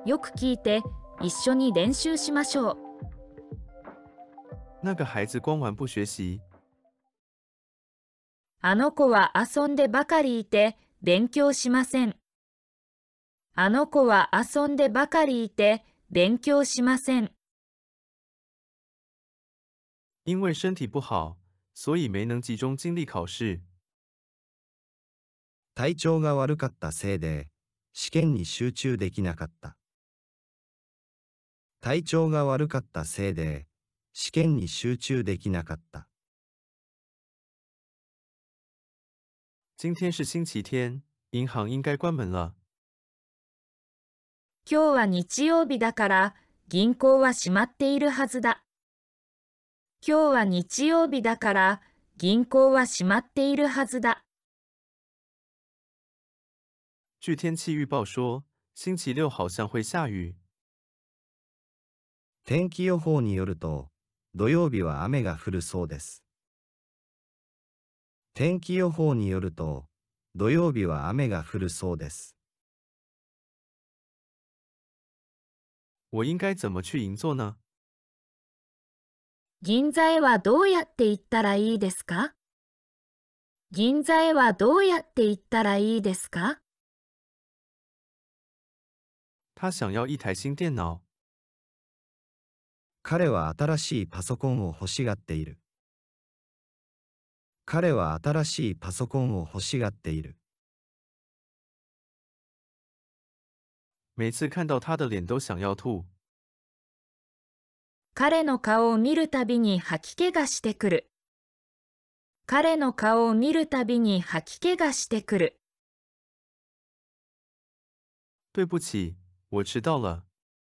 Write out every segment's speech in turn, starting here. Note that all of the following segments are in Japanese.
よく聞いて、一緒に練習しましょう。 那个孩子光玩不学习。 あの子は遊んでばかりいて勉強しません。あの子は遊んでばかりいて勉強しません。 因为身体不好，所以没能集中精力考试。 体調が悪かったせいで、試験に集中できなかった。体調が悪かったせいで、試験に集中できなかった。 今天是星期天，银行应该关门了。 今日は日曜日だから銀行は閉まっているはずだ。今日は日曜日だから銀行は閉まっているはずだ。 据天气预报说，星期六好像会下雨。 天気予報によると、土曜日は雨が降るそうです。天気予報によると、土曜日は雨が降るそうです。 我应该怎么去银座呢？ 銀座へはどうやって行ったらいいですか？銀座へはどうやって行ったらいいですか？ 他想要一台新电脑。 彼は新しいパソコンを欲しがっている。彼は新しいパソコンを欲しがっている。 每次看到他的脸都想要吐。 彼の顔を見るたびに吐き気がしてくる。彼の顔を見るたびに吐き気がしてくる。 对不起，我迟到了。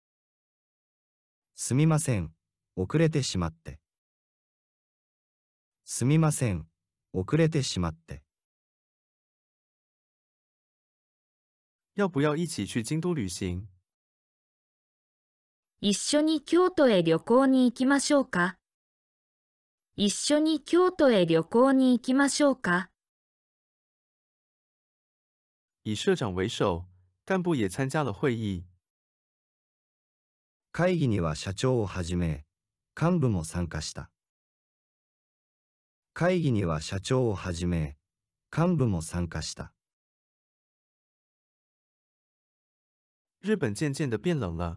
すみません、遅れてしまって。すみません、遅れてしまって。 要不要一起去京都旅行？ 一緒に京都へ旅行に行きましょうか？一緒に京都へ旅行に行きましょうか？ 以社长为首，干部也参加了会议。 会議には社長をはじめ、幹部も参加した。会議には社長をはじめ、幹部も参加した。 日本渐渐的变冷了。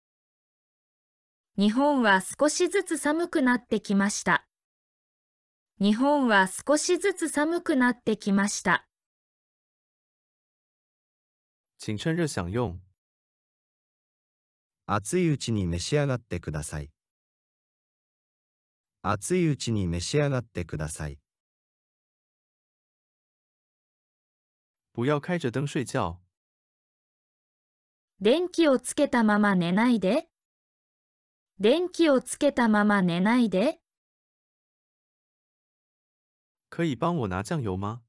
日本は少しずつ寒くなってきました。日本は少しずつ寒くなってきました。 请趁热享用。 熱いうちに召し上がってください。熱いうちに召し上がってください。 不要开着灯睡觉。 電気をつけたまま寝ないで。電気をつけたまま寝ないで。 可以帮我拿酱油吗？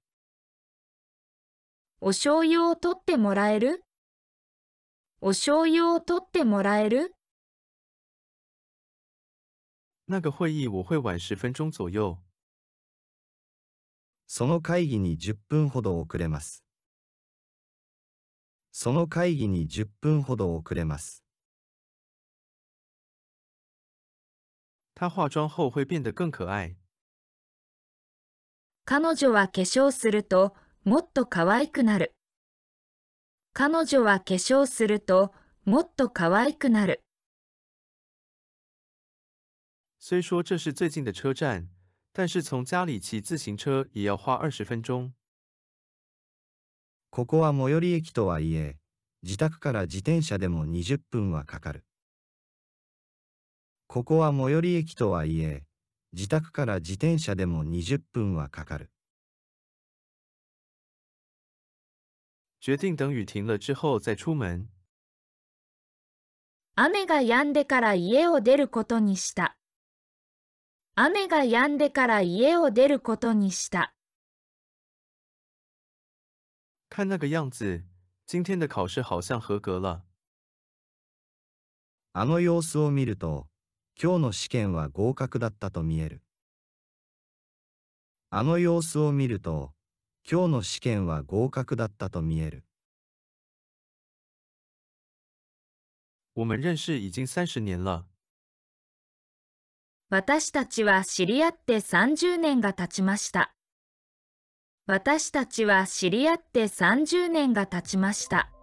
お醤油を取ってもらえる？お醤油を取ってもらえる？ 那个会议我会晚10分钟左右。 その会議に10分ほど遅れます。その会議に10分ほど遅れます。 她化妆后会变得更可愛。 彼女は化粧するともっと可愛くなる。彼女は化粧するともっと可愛くなる。 虽说这是最近的车站，但是从家里骑自行车也要花20分钟。 ここは最寄り駅とはいえ、自宅から自転車でも20分はかかる。ここは最寄り駅とはいえ、自宅から自転車でも20分はかかる。 决定等雨停了之后再出门。 雨が止んでから家を出ることにした。雨が止んでから家を出ることにした。 看那个样子，今天的考试好像合格了。 あの様子を見ると、今日の試験は合格だったと見える。あの様子を見ると、今日の試験は合格だったと見える。 我们认识已经30年了。 私たちは知り合って30年が経ちました。私たちは知り合って30年が経ちました。